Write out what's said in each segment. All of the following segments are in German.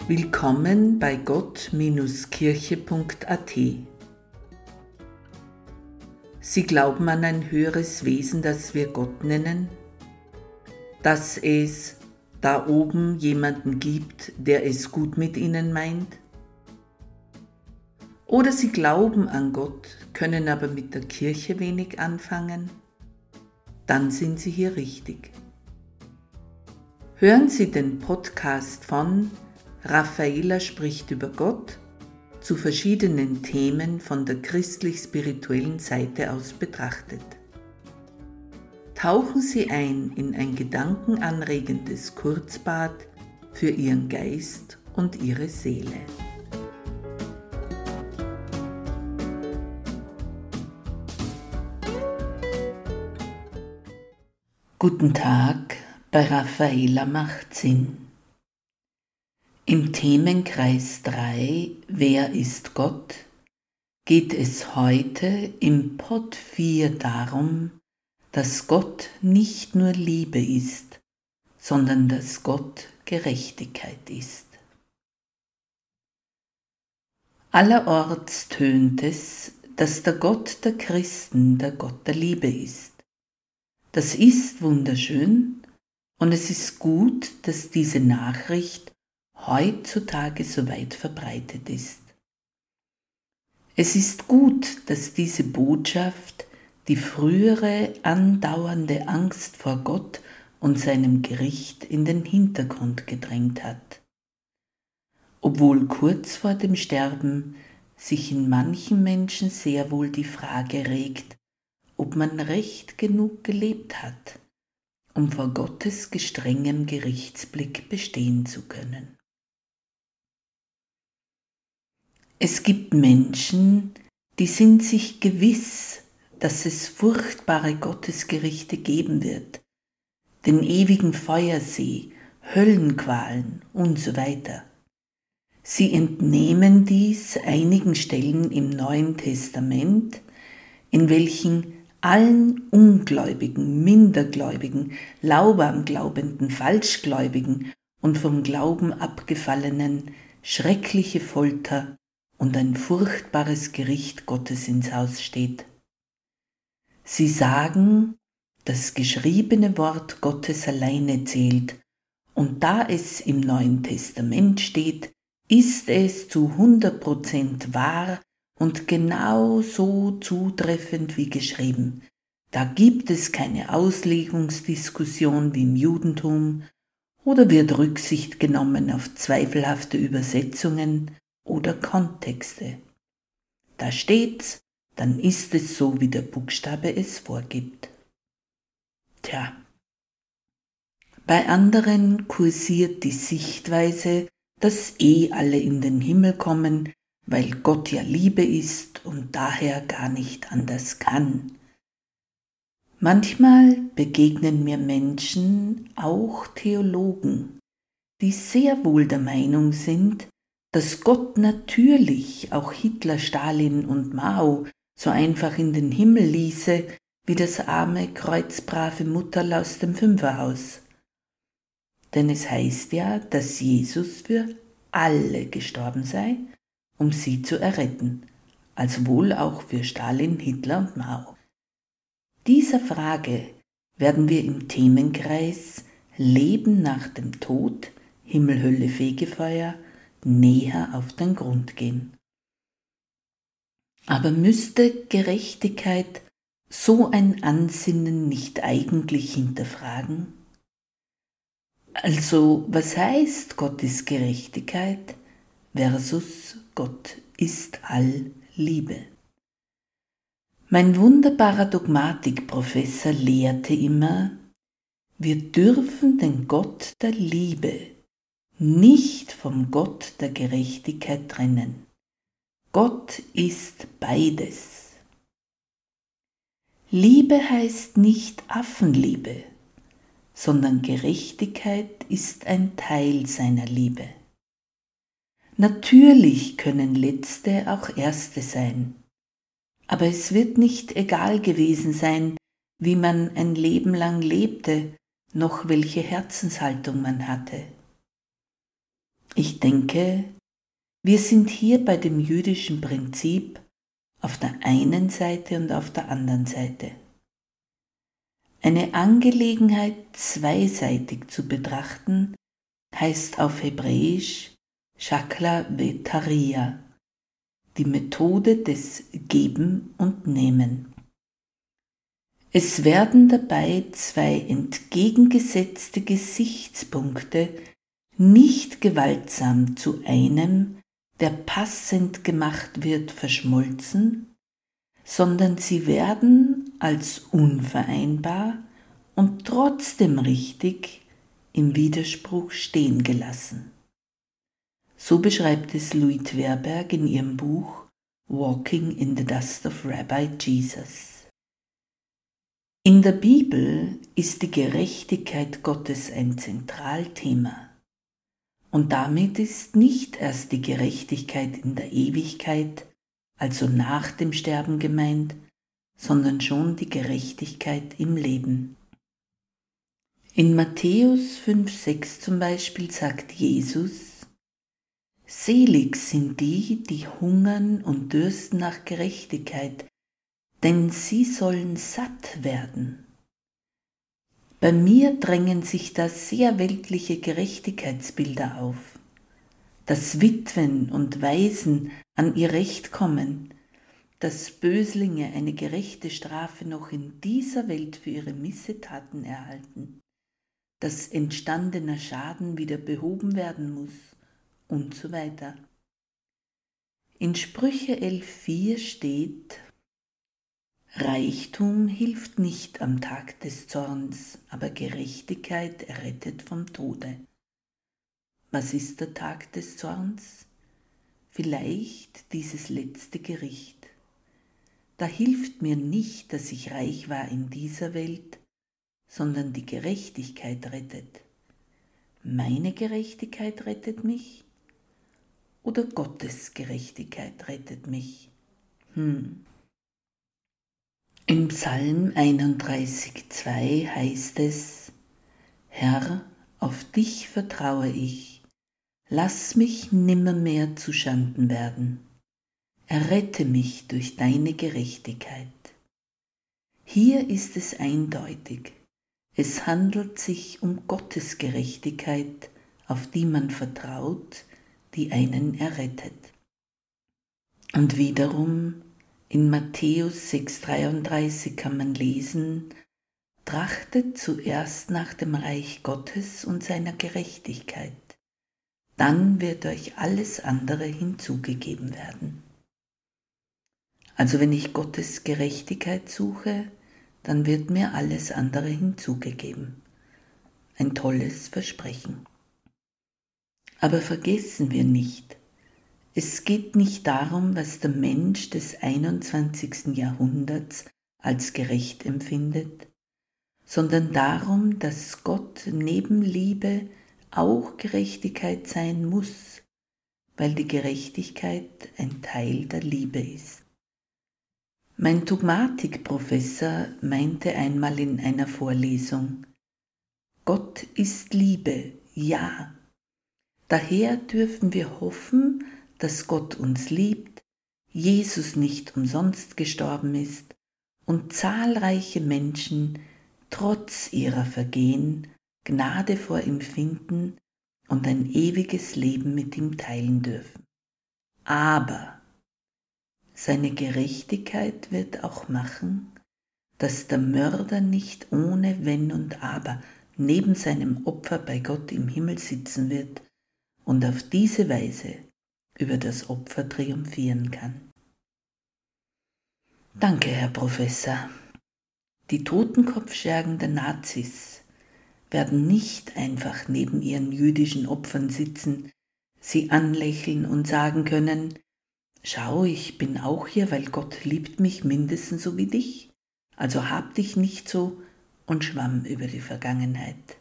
Willkommen bei gott-kirche.at. Sie glauben an ein höheres Wesen, das wir Gott nennen? Dass es da oben jemanden gibt, der es gut mit ihnen meint? Oder Sie glauben an Gott, können aber mit der Kirche wenig anfangen? Dann sind Sie hier richtig. Hören Sie den Podcast von Raffaela spricht über Gott zu verschiedenen Themen von der christlich-spirituellen Seite aus betrachtet. Tauchen Sie ein in ein gedankenanregendes Kurzbad für Ihren Geist und Ihre Seele. Guten Tag, bei Raffaela macht Sinn. Im Themenkreis 3 Wer ist Gott? Geht es heute im Pod 4 darum, dass Gott nicht nur Liebe ist, sondern dass Gott Gerechtigkeit ist. Allerorts tönt es, dass der Gott der Christen der Gott der Liebe ist. Das ist wunderschön und es ist gut, dass diese Nachricht heutzutage so weit verbreitet ist. Es ist gut, dass diese Botschaft die frühere andauernde Angst vor Gott und seinem Gericht in den Hintergrund gedrängt hat. Obwohl kurz vor dem Sterben sich in manchen Menschen sehr wohl die Frage regt, ob man recht genug gelebt hat, um vor Gottes gestrengem Gerichtsblick bestehen zu können. Es gibt Menschen, die sind sich gewiss, dass es furchtbare Gottesgerichte geben wird, den ewigen Feuersee, Höllenqualen und so weiter. Sie entnehmen dies einigen Stellen im Neuen Testament, in welchen allen Ungläubigen, Mindergläubigen, Lauwarmglaubenden, Falschgläubigen und vom Glauben abgefallenen schreckliche Folter und ein furchtbares Gericht Gottes ins Haus steht. Sie sagen, das geschriebene Wort Gottes alleine zählt, und da es im Neuen Testament steht, ist es zu 100% wahr und genau so zutreffend wie geschrieben. Da gibt es keine Auslegungsdiskussion wie im Judentum oder wird Rücksicht genommen auf zweifelhafte Übersetzungen oder Kontexte. Da steht's, dann ist es so, wie der Buchstabe es vorgibt. Tja, bei anderen kursiert die Sichtweise, dass alle in den Himmel kommen, weil Gott ja Liebe ist und daher gar nicht anders kann. Manchmal begegnen mir Menschen, auch Theologen, die sehr wohl der Meinung sind, dass Gott natürlich auch Hitler, Stalin und Mao so einfach in den Himmel ließe, wie das arme, kreuzbrave Mutterl aus dem Fünferhaus. Denn es heißt ja, dass Jesus für alle gestorben sei, um sie zu erretten, also wohl auch für Stalin, Hitler und Mao. Dieser Frage werden wir im Themenkreis Leben nach dem Tod, Himmel, Hölle, Fegefeuer näher auf den Grund gehen. Aber müsste Gerechtigkeit so ein Ansinnen nicht eigentlich hinterfragen? Also, was heißt Gott ist Gerechtigkeit versus Gott ist all Liebe? Mein wunderbarer Dogmatikprofessor lehrte immer, wir dürfen den Gott der Liebe nicht vom Gott der Gerechtigkeit trennen. Gott ist beides. Liebe heißt nicht Affenliebe, sondern Gerechtigkeit ist ein Teil seiner Liebe. Natürlich können letzte auch erste sein, aber es wird nicht egal gewesen sein, wie man ein Leben lang lebte, noch welche Herzenshaltung man hatte. Ich denke, wir sind hier bei dem jüdischen Prinzip auf der einen Seite und auf der anderen Seite. Eine Angelegenheit zweiseitig zu betrachten, heißt auf Hebräisch Shakla Vetaria, die Methode des Geben und Nehmen. Es werden dabei zwei entgegengesetzte Gesichtspunkte nicht gewaltsam zu einem, der passend gemacht wird, verschmolzen, sondern sie werden als unvereinbar und trotzdem richtig im Widerspruch stehen gelassen. So beschreibt es Louis Twerberg in ihrem Buch Walking in the Dust of Rabbi Jesus. In der Bibel ist die Gerechtigkeit Gottes ein Zentralthema. Und damit ist nicht erst die Gerechtigkeit in der Ewigkeit, also nach dem Sterben gemeint, sondern schon die Gerechtigkeit im Leben. In Matthäus 5,6 zum Beispiel sagt Jesus: Selig sind die, die hungern und dürsten nach Gerechtigkeit, denn sie sollen satt werden. Bei mir drängen sich da sehr weltliche Gerechtigkeitsbilder auf, dass Witwen und Waisen an ihr Recht kommen, dass Böslinge eine gerechte Strafe noch in dieser Welt für ihre Missetaten erhalten, dass entstandener Schaden wieder behoben werden muss und so weiter. In Sprüche 11,4 steht: Reichtum hilft nicht am Tag des Zorns, aber Gerechtigkeit errettet vom Tode. Was ist der Tag des Zorns? Vielleicht dieses letzte Gericht. Da hilft mir nicht, dass ich reich war in dieser Welt, sondern die Gerechtigkeit rettet. Meine Gerechtigkeit rettet mich oder Gottes Gerechtigkeit rettet mich? Im Psalm 31,2 heißt es: Herr, auf dich vertraue ich, lass mich nimmermehr zuschanden werden. Errette mich durch deine Gerechtigkeit. Hier ist es eindeutig. Es handelt sich um Gottes Gerechtigkeit, auf die man vertraut, die einen errettet. Und wiederum in Matthäus 6,33 kann man lesen: Trachtet zuerst nach dem Reich Gottes und seiner Gerechtigkeit, dann wird euch alles andere hinzugegeben werden. Also wenn ich Gottes Gerechtigkeit suche, dann wird mir alles andere hinzugegeben. Ein tolles Versprechen. Aber vergessen wir nicht, es geht nicht darum, was der Mensch des 21. Jahrhunderts als gerecht empfindet, sondern darum, dass Gott neben Liebe auch Gerechtigkeit sein muss, weil die Gerechtigkeit ein Teil der Liebe ist. Mein Dogmatikprofessor meinte einmal in einer Vorlesung: Gott ist Liebe, ja. Daher dürfen wir hoffen, dass Gott uns liebt, Jesus nicht umsonst gestorben ist und zahlreiche Menschen trotz ihrer Vergehen Gnade vor ihm finden und ein ewiges Leben mit ihm teilen dürfen. Aber seine Gerechtigkeit wird auch machen, dass der Mörder nicht ohne Wenn und Aber neben seinem Opfer bei Gott im Himmel sitzen wird und auf diese Weise über das Opfer triumphieren kann. Danke, Herr Professor. Die Totenkopfschergen der Nazis werden nicht einfach neben ihren jüdischen Opfern sitzen, sie anlächeln und sagen können: Schau, ich bin auch hier, weil Gott liebt mich mindestens so wie dich, also hab dich nicht so, und schwamm über die Vergangenheit.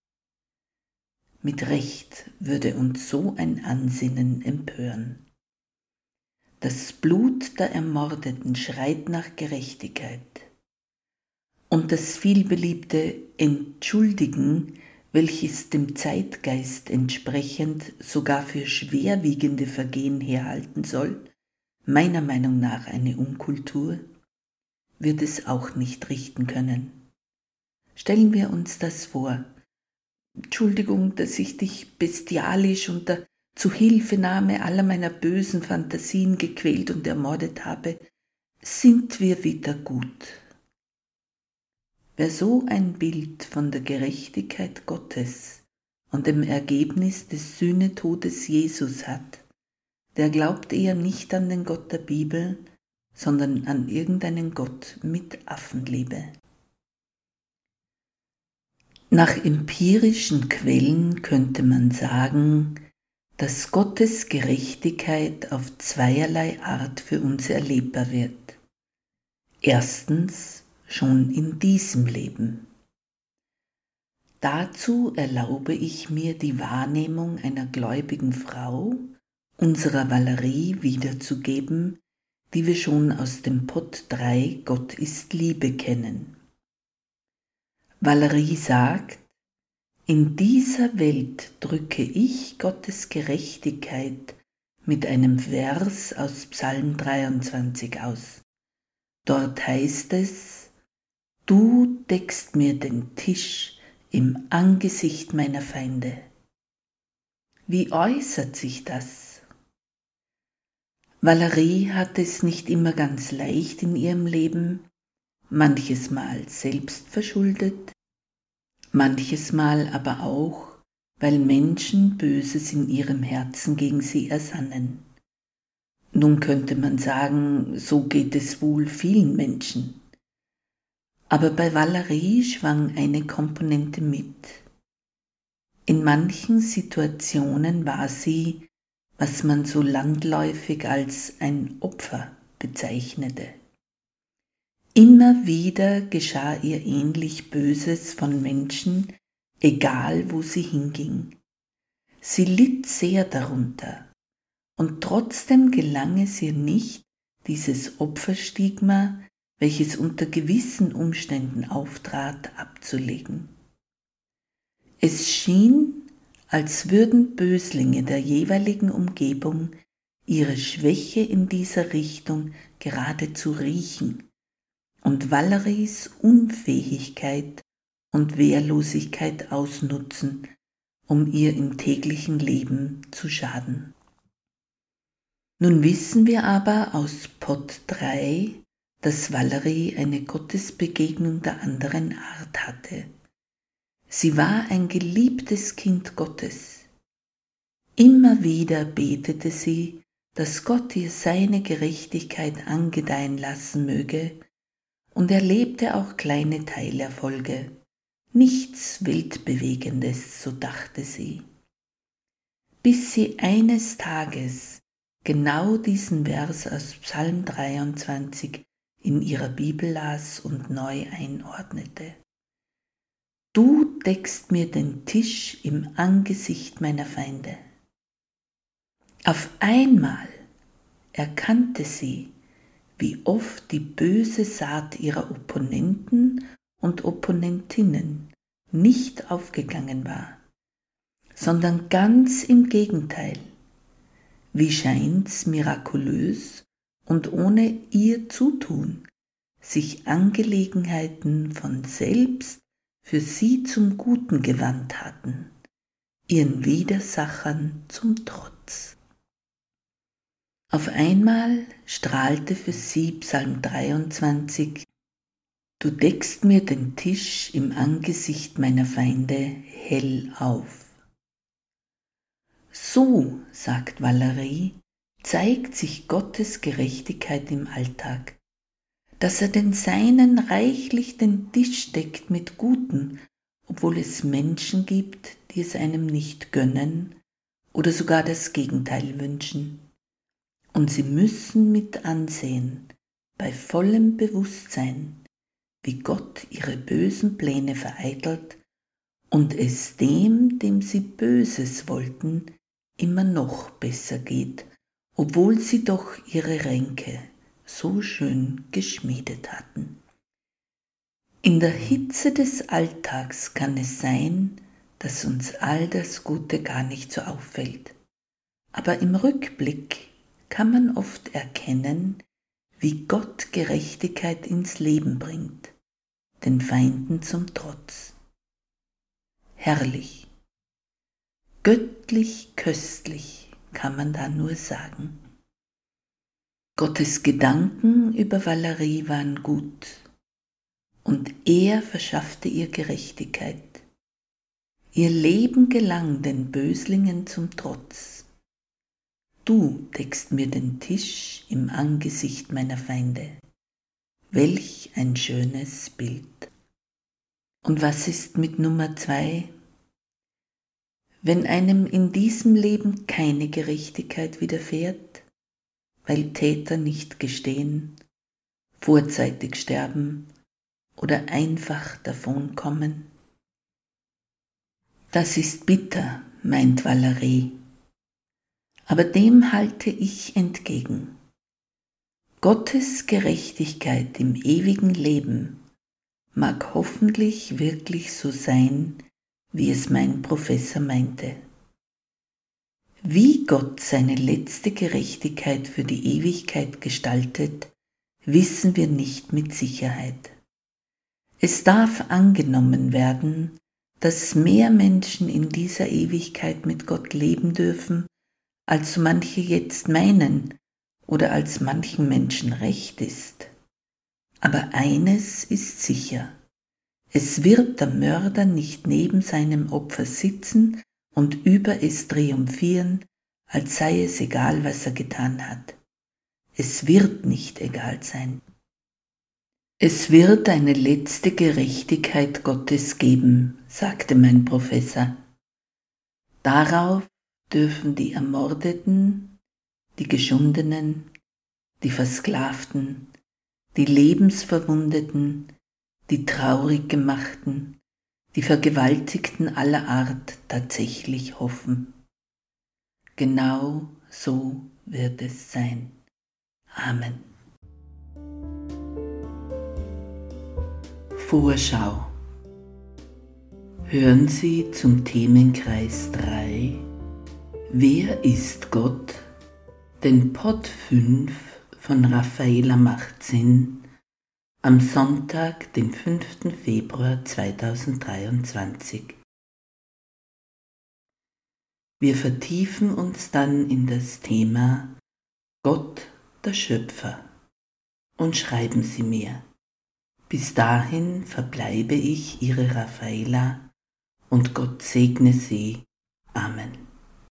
Mit Recht würde uns so ein Ansinnen empören. Das Blut der Ermordeten schreit nach Gerechtigkeit. Und das vielbeliebte Entschuldigen welches dem Zeitgeist entsprechend sogar für schwerwiegende Vergehen herhalten soll, meiner Meinung nach eine Unkultur, wird es auch nicht richten können. Stellen wir uns das vor. Entschuldigung, dass ich dich bestialisch unter Zuhilfenahme aller meiner bösen Fantasien gequält und ermordet habe. Sind wir wieder gut? Wer so ein Bild von der Gerechtigkeit Gottes und dem Ergebnis des Sühnetodes Jesus hat, der glaubt eher nicht an den Gott der Bibel, sondern an irgendeinen Gott mit Affenliebe. Nach empirischen Quellen könnte man sagen, dass Gottes Gerechtigkeit auf zweierlei Art für uns erlebbar wird. Erstens schon in diesem Leben. Dazu erlaube ich mir die Wahrnehmung einer gläubigen Frau, unserer Valerie, wiederzugeben, die wir schon aus dem Pod 3 Gott ist Liebe kennen. Valerie sagt, in dieser Welt drücke ich Gottes Gerechtigkeit mit einem Vers aus Psalm 23 aus. Dort heißt es, du deckst mir den Tisch im Angesicht meiner Feinde. Wie äußert sich das? Valerie hat es nicht immer ganz leicht in ihrem Leben, manches Mal selbst verschuldet, manches Mal aber auch, weil Menschen Böses in ihrem Herzen gegen sie ersannen. Nun könnte man sagen, so geht es wohl vielen Menschen. Aber bei Valerie schwang eine Komponente mit. In manchen Situationen war sie, was man so landläufig als ein Opfer bezeichnete. Immer wieder geschah ihr ähnlich Böses von Menschen, egal wo sie hinging. Sie litt sehr darunter, und trotzdem gelang es ihr nicht, dieses Opferstigma, welches unter gewissen Umständen auftrat, abzulegen. Es schien, als würden Böslinge der jeweiligen Umgebung ihre Schwäche in dieser Richtung geradezu riechen und Valeries Unfähigkeit und Wehrlosigkeit ausnutzen, um ihr im täglichen Leben zu schaden. Nun wissen wir aber aus Pod 3, dass Valerie eine Gottesbegegnung der anderen Art hatte. Sie war ein geliebtes Kind Gottes. Immer wieder betete sie, dass Gott ihr seine Gerechtigkeit angedeihen lassen möge, und erlebte auch kleine Teilerfolge. Nichts Weltbewegendes, so dachte sie. Bis sie eines Tages genau diesen Vers aus Psalm 23 in ihrer Bibel las und neu einordnete. Du deckst mir den Tisch im Angesicht meiner Feinde. Auf einmal erkannte sie, wie oft die böse Saat ihrer Opponenten und Opponentinnen nicht aufgegangen war, sondern ganz im Gegenteil. Wie scheint's mirakulös und ohne ihr Zutun sich Angelegenheiten von selbst für sie zum Guten gewandt hatten, ihren Widersachern zum Trotz. Auf einmal strahlte für sie Psalm 23, du deckst mir den Tisch im Angesicht meiner Feinde hell auf. So, sagt Valerie, zeigt sich Gottes Gerechtigkeit im Alltag, dass er den Seinen reichlich den Tisch deckt mit Guten, obwohl es Menschen gibt, die es einem nicht gönnen oder sogar das Gegenteil wünschen. Und sie müssen mit ansehen, bei vollem Bewusstsein, wie Gott ihre bösen Pläne vereitelt und es dem sie Böses wollten, immer noch besser geht, obwohl sie doch ihre Ränke so schön geschmiedet hatten. In der Hitze des Alltags kann es sein, dass uns all das Gute gar nicht so auffällt. Aber im Rückblick kann man oft erkennen, wie Gott Gerechtigkeit ins Leben bringt, den Feinden zum Trotz. Herrlich, göttlich köstlich kann man da nur sagen. Gottes Gedanken über Valerie waren gut und er verschaffte ihr Gerechtigkeit. Ihr Leben gelang den Böslingen zum Trotz. Du deckst mir den Tisch im Angesicht meiner Feinde. Welch ein schönes Bild. Und was ist mit Nummer 2? Wenn einem in diesem Leben keine Gerechtigkeit widerfährt, weil Täter nicht gestehen, vorzeitig sterben oder einfach davonkommen? Das ist bitter, meint Valerie, aber dem halte ich entgegen. Gottes Gerechtigkeit im ewigen Leben mag hoffentlich wirklich so sein, wie es mein Professor meinte. Wie Gott seine letzte Gerechtigkeit für die Ewigkeit gestaltet, wissen wir nicht mit Sicherheit. Es darf angenommen werden, dass mehr Menschen in dieser Ewigkeit mit Gott leben dürfen, als so manche jetzt meinen oder als manchen Menschen recht ist. Aber eines ist sicher: Es wird der Mörder nicht neben seinem Opfer sitzen und über es triumphieren, als sei es egal, was er getan hat. Es wird nicht egal sein. Es wird eine letzte Gerechtigkeit Gottes geben, sagte mein Professor. Darauf dürfen die Ermordeten, die Geschundenen, die Versklavten, die Lebensverwundeten, die traurig gemachten, die Vergewaltigten aller Art tatsächlich hoffen. Genau so wird es sein. Amen. Vorschau. Hören Sie zum Themenkreis 3 Wer ist Gott? Den Pod 5 von Raffaella macht Sinn am Sonntag, dem 5. Februar 2023. Wir vertiefen uns dann in das Thema Gott, der Schöpfer, und schreiben Sie mir. Bis dahin verbleibe ich, Ihre Raffaella, und Gott segne Sie. Amen.